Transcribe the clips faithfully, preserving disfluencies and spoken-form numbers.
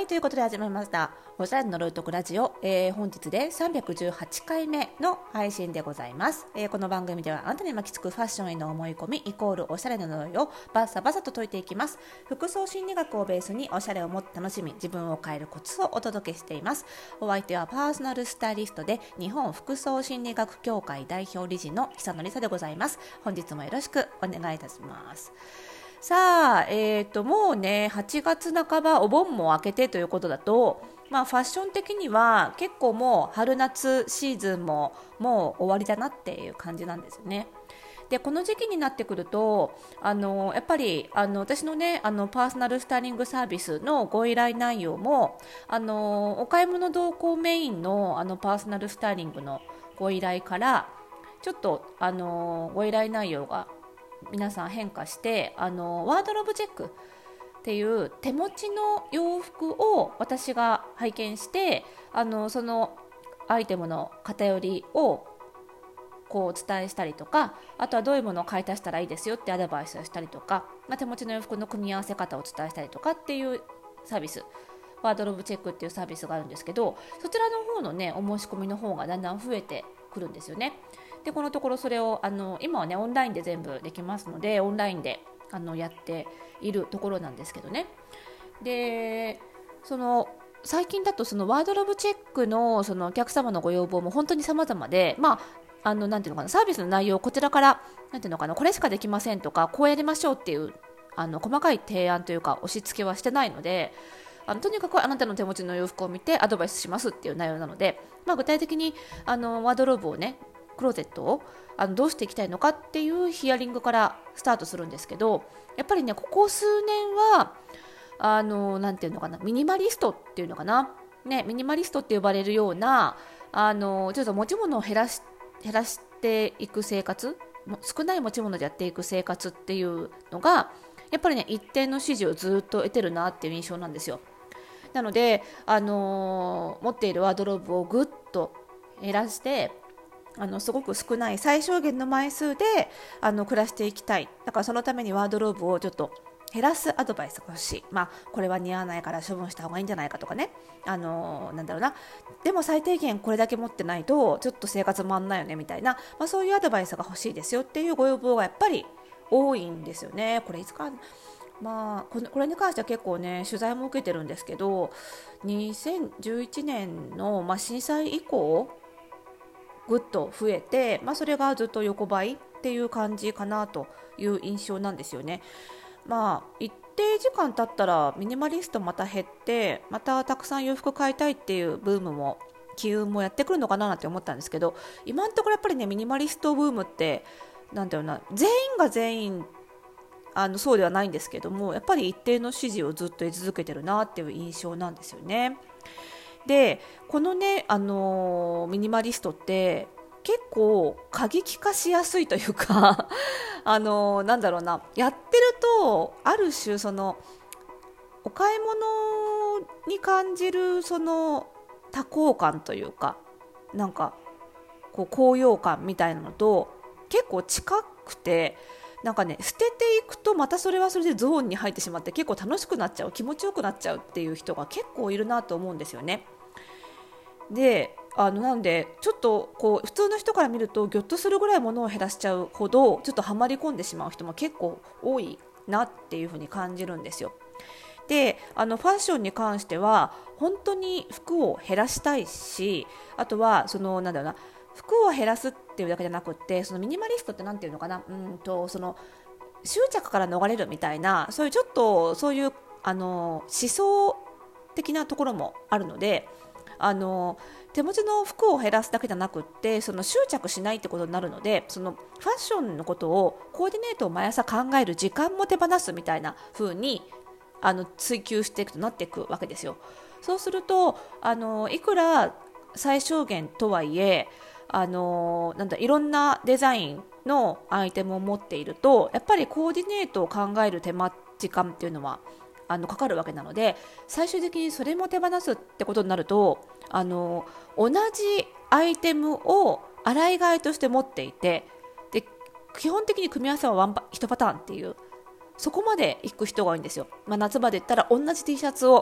い、ということで始まりましたおしゃれの呪いとくラジオ、えー、本日でさんびゃくじゅうはちかいめの配信でございます、えー、この番組ではあなたに巻きつくファッションへの思い込みイコールおしゃれの呪いをバッサバサと解いていきます。服装心理学をベースにおしゃれをもっと楽しみ自分を変えるコツをお届けしています。お相手はパーソナルスタイリストで日本服装心理学協会代表理事の久野理沙でございます。本日もよろしくお願いいたします。さあ、えーと、もうねはちがつなかばお盆も明けてということだと、まあ、ファッション的には結構もう春夏シーズンももう終わりだなっていう感じなんですよね。でこの時期になってくるとあのやっぱりあの私のねあのパーソナルスタイリングサービスのご依頼内容もあのお買い物同行メインの、あのパーソナルスタイリングのご依頼からちょっとあのご依頼内容が皆さん変化して、あのワードローブチェックっていう手持ちの洋服を私が拝見して、あのそのアイテムの偏りをこうお伝えしたりとか、あとはどういうものを買い足したらいいですよってアドバイスをしたりとか、まあ、手持ちの洋服の組み合わせ方をお伝えしたりとかっていうサービス、ワードローブチェックっていうサービスがあるんですけど、そちらの方のねお申し込みの方がだんだん増えてくるんですよね。でこのところそれをあの今はねオンラインで全部できますので、オンラインであのやっているところなんですけどね。でその最近だとそのワードローブチェックのそのお客様のご要望も本当に様々で、まああのなんていうのかな、サービスの内容をこちらからなんていうのかな、これしかできませんとかこうやりましょうっていうあの細かい提案というか押し付けはしてないので、あのとにかくあなたの手持ちの洋服を見てアドバイスしますっていう内容なので、まあ、具体的にあのワードローブをねクローゼットをあのどうしていきたいのかっていうヒアリングからスタートするんですけど、やっぱりねここ数年はあのなんていうのかな、ミニマリストっていうのかな、ね、ミニマリストって呼ばれるようなあのちょっと持ち物を減らし減らしていく生活、少ない持ち物でやっていく生活っていうのがやっぱりね一定の支持をずっと得てるなっていう印象なんですよ。なので、あのー、持っているワードローブをぐっと減らしてあのすごく少ない最小限の枚数であの暮らしていきたい。だからそのためにワードローブをちょっと減らすアドバイスが欲しい。まあこれは似合わないから処分した方がいいんじゃないかとかね、あのー、なんだろうな、でも最低限これだけ持ってないとちょっと生活回んないよねみたいな、まあ、そういうアドバイスが欲しいですよっていうご要望がやっぱり多いんですよね。これいつかまあ、これこれに関しては結構ね取材も受けてるんですけど、にせんじゅういちねんの、まあ、震災以降ぐっと増えて、まあ、それがずっと横ばいっていう感じかなという印象なんですよね。まあ一定時間経ったらミニマリストまた減ってまたたくさん洋服買いたいっていうブームも機運もやってくるのかななんて思ったんですけど、今のところやっぱりねミニマリストブームってなんだろうな、全員が全員あのそうではないんですけども、やっぱり一定の支持をずっと得続けてるなっていう印象なんですよね。でこのね、あのー、ミニマリストって結構過激化しやすいというかあのー、なんだろうな、やってるとある種そのお買い物に感じるその多幸感というか、なんかこう高揚感みたいなのと結構近くて、なんかね捨てていくとまたそれはそれでゾーンに入ってしまって結構楽しくなっちゃう、気持ちよくなっちゃうっていう人が結構いるなと思うんですよね。であのなんでちょっとこう普通の人から見るとギョッとするぐらい物を減らしちゃうほどちょっとはまり込んでしまう人も結構多いなっていうふうに感じるんですよ。であのファッションに関しては本当に服を減らしたいし、あとはそのなんだろうな、服を減らすっていうだけじゃなくて、そのミニマリストってなんていうのかな、うんとその執着から逃れるみたいな、そういうちょっとそういうあの思想的なところもあるので、あの手持ちの服を減らすだけじゃなくってその執着しないってことになるので、そのファッションのことをコーディネートを毎朝考える時間も手放すみたいな風にあの追求していくとなっていくわけですよ。そうするとあのいくら最小限とはいえあのなんだいろんなデザインのアイテムを持っているとやっぱりコーディネートを考える手間時間っていうのはあのかかるわけなので、最終的にそれも手放すってことになるとあの同じアイテムを洗い替えとして持っていて、で基本的に組み合わせはワンパパターンっていう、そこまで行く人が多いんですよ。まあ、夏場で言ったら同じ T シャツを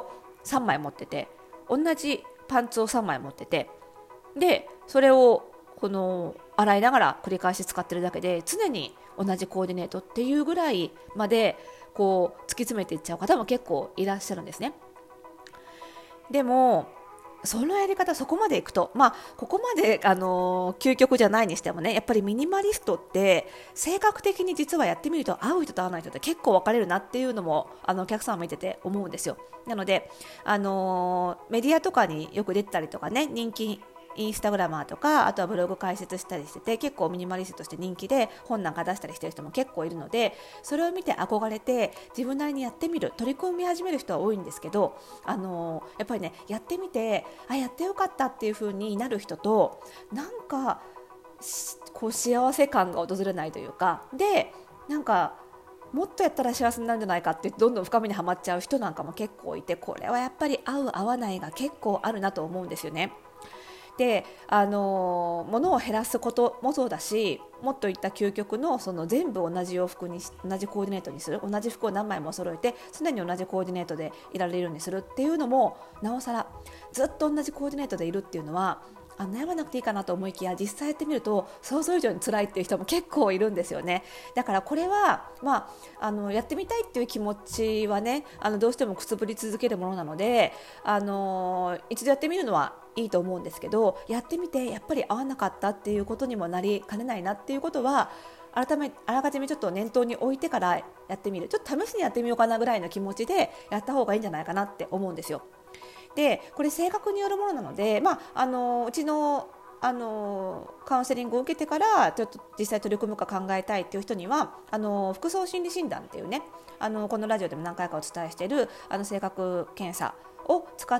さんまい持ってて、同じパンツをさんまい持ってて、でそれをこの洗いながら繰り返し使ってるだけで常に同じコーディネートっていうぐらいまでこう突き詰めていっちゃう方も結構いらっしゃるんですね。でもそのやり方そこまでいくと、まあここまであの究極じゃないにしてもね、やっぱりミニマリストって性格的に実はやってみると合う人と合わない人って結構分かれるなっていうのもあのお客さんを見てて思うんですよ。なのであのメディアとかによく出てたりとかね、人気インスタグラマーとか、あとはブログ解説したりしてて、結構ミニマリストとして人気で本なんか出したりしてる人も結構いるので、それを見て憧れて自分なりにやってみる、取り組み始める人は多いんですけど、あのー、やっぱりね、やってみてあやってよかったっていう風になる人と、なんかこう幸せ感が訪れないというか、でなんかもっとやったら幸せになるんじゃないかってどんどん深みにはまっちゃう人なんかも結構いて、これはやっぱり合う合わないが結構あるなと思うんですよね。であの物を減らすこともそうだし、もっといった究極のその全部同じ洋服に同じコーディネートにする、同じ服を何枚も揃えて常に同じコーディネートでいられるようにするっていうのも、なおさらずっと同じコーディネートでいるっていうのはあ悩まなくていいかなと思いきや、実際やってみると想像以上に辛いっていう人も結構いるんですよね。だからこれは、まあ、あのやってみたいっていう気持ちはね、あのどうしてもくすぶり続けるものなので、あの一度やってみるのはいいと思うんですけど、やってみてやっぱり合わなかったっていうことにもなりかねないなっていうことは、改めあらかじめちょっと念頭に置いてからやってみる、ちょっと試しにやってみようかなぐらいの気持ちでやった方がいいんじゃないかなって思うんですよ。でこれ性格によるものなので、まあ、あのうちのあのカウンセリングを受けてからちょっと実際取り組むか考えたいっていう人には、あの服装心理診断っていうね、あのこのラジオでも何回かお伝えしているあの性格検査を使って、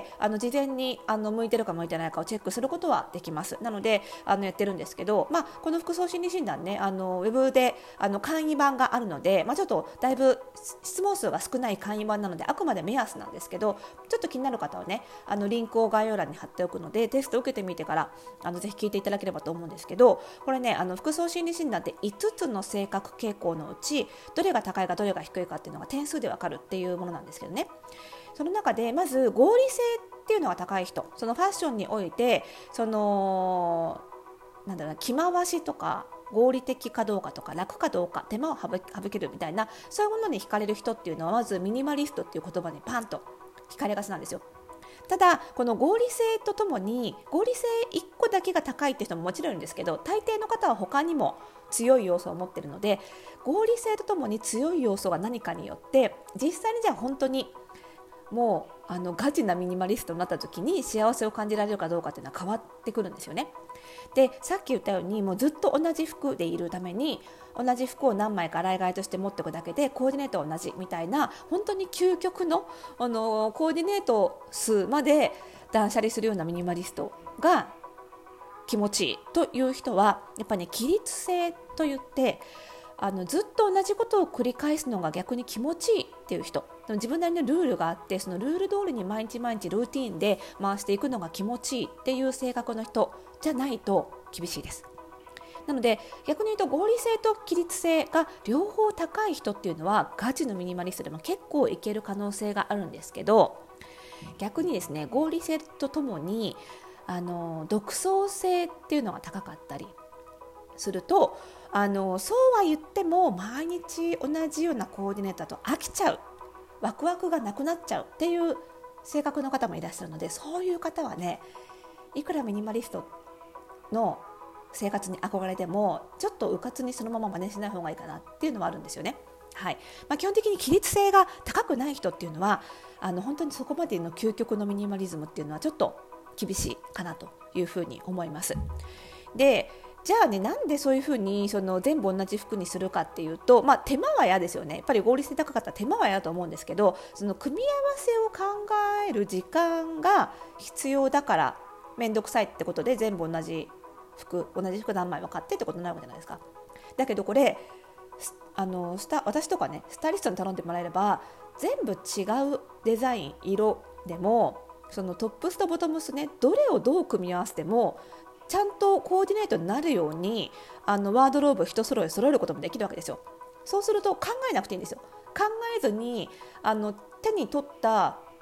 あの事前にあの向いてるか向いてないかをチェックすることはできます。なのであのやってるんですけど、まあ、この服装心理診断ね、あのウェブであの簡易版があるので、まあ、ちょっとだいぶ質問数が少ない簡易版なのであくまで目安なんですけど、ちょっと気になる方はね、あのリンクを概要欄に貼っておくので、テストを受けてみてからあのぜひ聞いていただければと思うんですけど、これね、あの服装心理診断っていつつの性格傾向のうちどれが高いかどれが低いかっていうのが点数で分かるっていうものなんですけどね。その中でまず合理性っていうのが高い人、そのファッションにおいてそのなんだろうな、着回しとか合理的かどうかとか楽かどうか手間を省けるみたいな、そういうものに惹かれる人っていうのはまずミニマリストっていう言葉にパンと惹かれがちなんですよ。ただこの合理性とともに、合理性いっこだけが高いって人ももちろんいるんですけど、大抵の方は他にも強い要素を持っているので、合理性とともに強い要素が何かによって実際にじゃあ本当にもうあのガチなミニマリストになった時に幸せを感じられるかどうかっていうのは変わってくるんですよね。でさっき言ったように、もうずっと同じ服でいるために同じ服を何枚か洗い替えとして持っておくだけでコーディネートは同じみたいな、本当に究極の、あのコーディネート数まで断捨離するようなミニマリストが気持ちいいという人は、やっぱりね、規律性といって、あのずっと同じことを繰り返すのが逆に気持ちいいっていう人、自分なりのルールがあって、そのルール通りに毎日毎日ルーティーンで回していくのが気持ちいいっていう性格の人じゃないと厳しいです。なので逆に言うと、合理性と規律性が両方高い人っていうのはガチのミニマリストでも結構いける可能性があるんですけど、逆にですね、合理性とともにあの独創性っていうのが高かったりすると、あのそうは言っても毎日同じようなコーディネートだと飽きちゃう、ワクワクがなくなっちゃうっていう性格の方もいらっしゃるので、そういう方はね、いくらミニマリストの生活に憧れてもちょっとうかつにそのまま真似しない方がいいかなっていうのはあるんですよね。はい。まあ、基本的に規律性が高くない人っていうのは、あの本当にそこまでの究極のミニマリズムっていうのはちょっと厳しいかなというふうに思います。でじゃあね、なんでそういうふうにその全部同じ服にするかっていうと、まあ、手間は嫌ですよね。やっぱり合理性高かったら手間は嫌だと思うんですけど、その組み合わせを考える時間が必要だからめんどくさいってことで全部同じ服同じ服何枚も買ってってことになるわけじゃないですか。だけどこれあのスタ私とかね、スタイリストに頼んでもらえれば全部違うデザイン色でも、そのトップスとボトムスね、どれをどう組み合わせてもちゃんとコーディネートになるように、あのワードローブ一揃え揃えることもできるわけですよ。そうすると考えなくていいんですよ。考えずにあの手に取った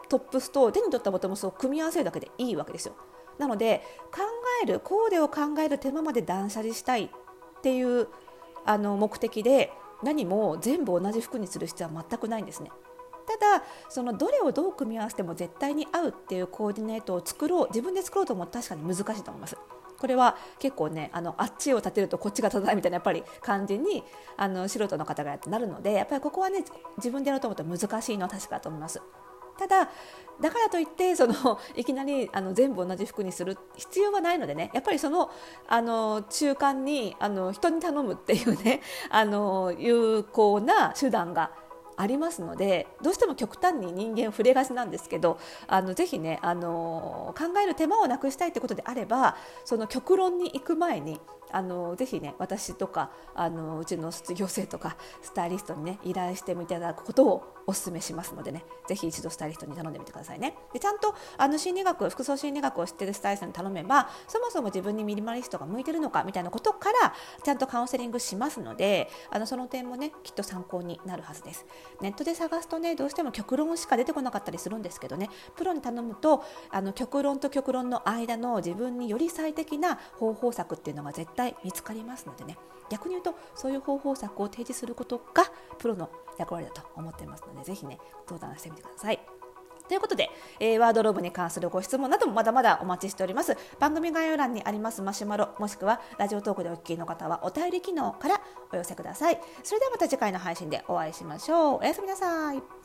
トップスと手に取ったボトムスを組み合わせるだけでいいわけですよ。なので考えるコーデを考える手間まで断捨離したいっていうあの目的で何も全部同じ服にする必要は全くないんですね。ただそのどれをどう組み合わせても絶対に合うっていうコーディネートを作ろう自分で作ろうと思うと確かに難しいと思います。これは結構ねあのあっちを立てるとこっちが立たないみたいなやっぱり感じにあの素人の方がやってなるのでやっぱりここはね自分でやろうと思うと難しいのは確かだと思います。ただだからといってそのいきなりあの全部同じ服にする必要はないのでねやっぱりその、あの中間にあの人に頼むっていうねあの有効な手段がありますのでどうしても極端に人間触れがちなんですけどあのぜひねあの考える手間をなくしたいってことであればその極論に行く前にあのぜひね私とかあのうちの卒業生とかスタイリストにね依頼してみていただくことをお勧めしますのでねぜひ一度スタイリストに頼んでみてくださいね。でちゃんとあの心理学服装心理学を知っているスタイリストに頼めばそもそも自分にミニマリストが向いてるのかみたいなことからちゃんとカウンセリングしますのであのその点もねきっと参考になるはずです。ネットで探すとねどうしても極論しか出てこなかったりするんですけどねプロに頼むとあの極論と極論の間の自分により最適な方法策っていうのが絶対見つかりますのでね逆に言うとそういう方法策を提示することがプロの役割だと思っていますのでぜひね相談してみてください。ということで、えー、ワードローブに関するご質問などもまだまだお待ちしております。番組概要欄にありますマシュマロもしくはラジオトークでお聞きの方はお便り機能からお寄せください。それではまた次回の配信でお会いしましょう。おやすみなさい。